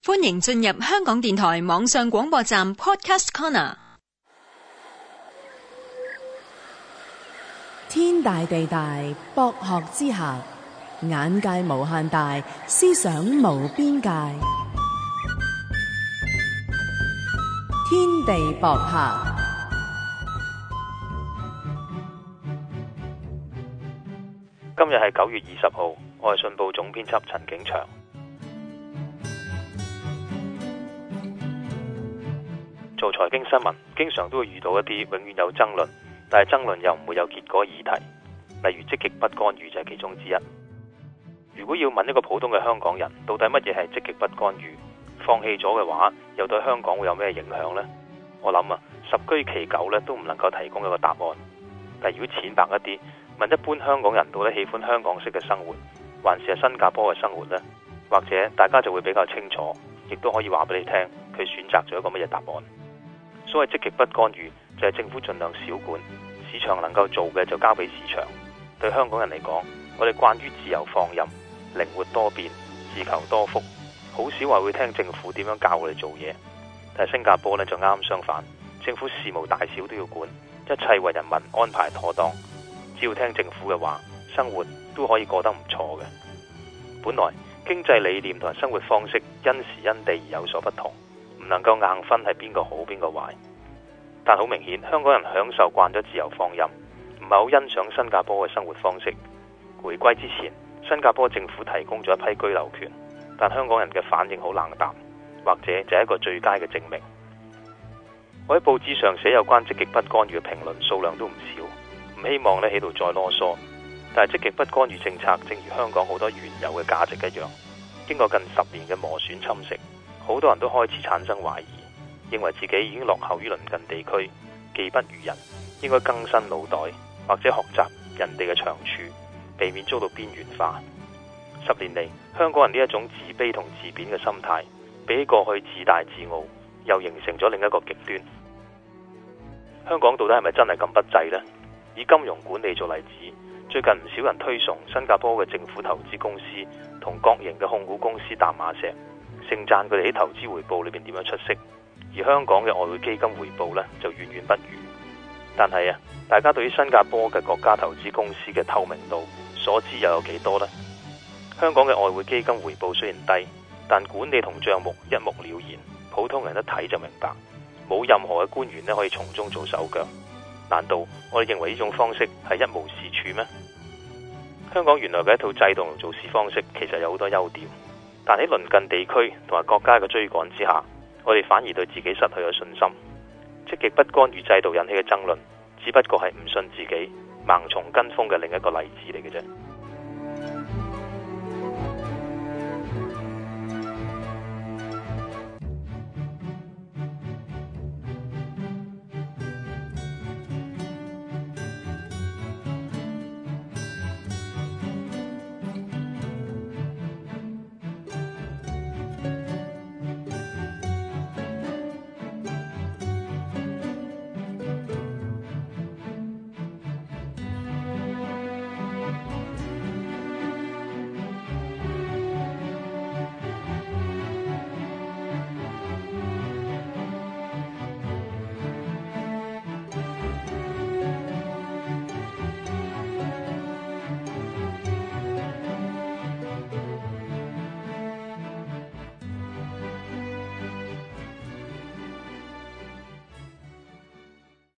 歡迎進入香港電台網上廣播站 Podcast Corner。 天大地大，博學之下，眼界無限大，思想無邊界。天地博客。 今日係9月20號，我係信報總編輯陳景祥。做財經新聞，經常都會遇到一啲永遠有爭論，但係爭論又唔會有結果議題，例如積極不干預就係其中之一。如果要問一個普通嘅香港人，到底乜嘢係積極不干預？放棄咗嘅話，又對香港會有咩影響呢？我諗十居其九都唔能夠提供一個答案。但如果淺白一啲，問一般香港人到底喜歡香港式嘅生活，還是係新加坡嘅生活呢？或者大家就會比較清楚，亦都可以話俾你聽，佢選擇咗一個乜嘢答案。所謂積極不干預，就係政府盡量少管，市場能夠做嘅就交俾市場。對香港人嚟講，我哋慣於自由放任、靈活多變、自求多福，好少話會聽政府點樣教我哋做嘢。但係新加坡就啱相反，政府事務大小都要管，一切為人民安排妥當，只要聽政府嘅話，生活都可以過得唔錯嘅。本來經濟理念同埋生活方式因時因地而有所不同，唔能夠硬分係邊個好邊個壞。但好明顯，香港人享受慣咗自由放任，唔係好欣賞新加坡嘅生活方式。回歸之前，新加坡政府提供咗一批居留權，但香港人嘅反應好冷淡，或者就係一個最佳嘅證明。我喺報紙上寫有關積極不干預嘅評論數量都唔少，唔希望喺度再囉嗦。但係積極不干預政策，正如香港好多原有嘅價值一樣，經過近10年嘅磨損侵蝕，好多人都開始產生懷疑，認為自己已經落後於鄰近地區，技不如人，應該更新腦袋，或者學習人哋嘅長處，避免遭到邊緣化。10年嚟，香港人呢一種自卑同自貶嘅心態，比起過去自大自傲，又形成咗另一個極端。香港到底係咪真係咁不濟呢？以金融管理做例子，最近唔少人推崇新加坡嘅政府投資公司同國營嘅控股公司淡馬錫，盛讚佢哋喺投資回報裏邊點樣出色，而香港嘅外匯基金回報呢，就遠遠不如。但係大家對於新加坡嘅國家投資公司嘅透明度所知又有幾多呢？香港嘅外匯基金回報雖然低，但管理同賬目一目了然，普通人一睇就明白，冇任何嘅官員可以從中做手腳。難道我哋認為呢種方式係一無是處咩？香港原來嘅一套制度同做事方式其實有好多優點，但喺鄰近地區同埋國家嘅追趕之下，我哋反而對自己失去咗信心。積極不干預制度引起嘅爭論，只不過係唔信自己、盲從跟風嘅另一個例子嚟嘅啫。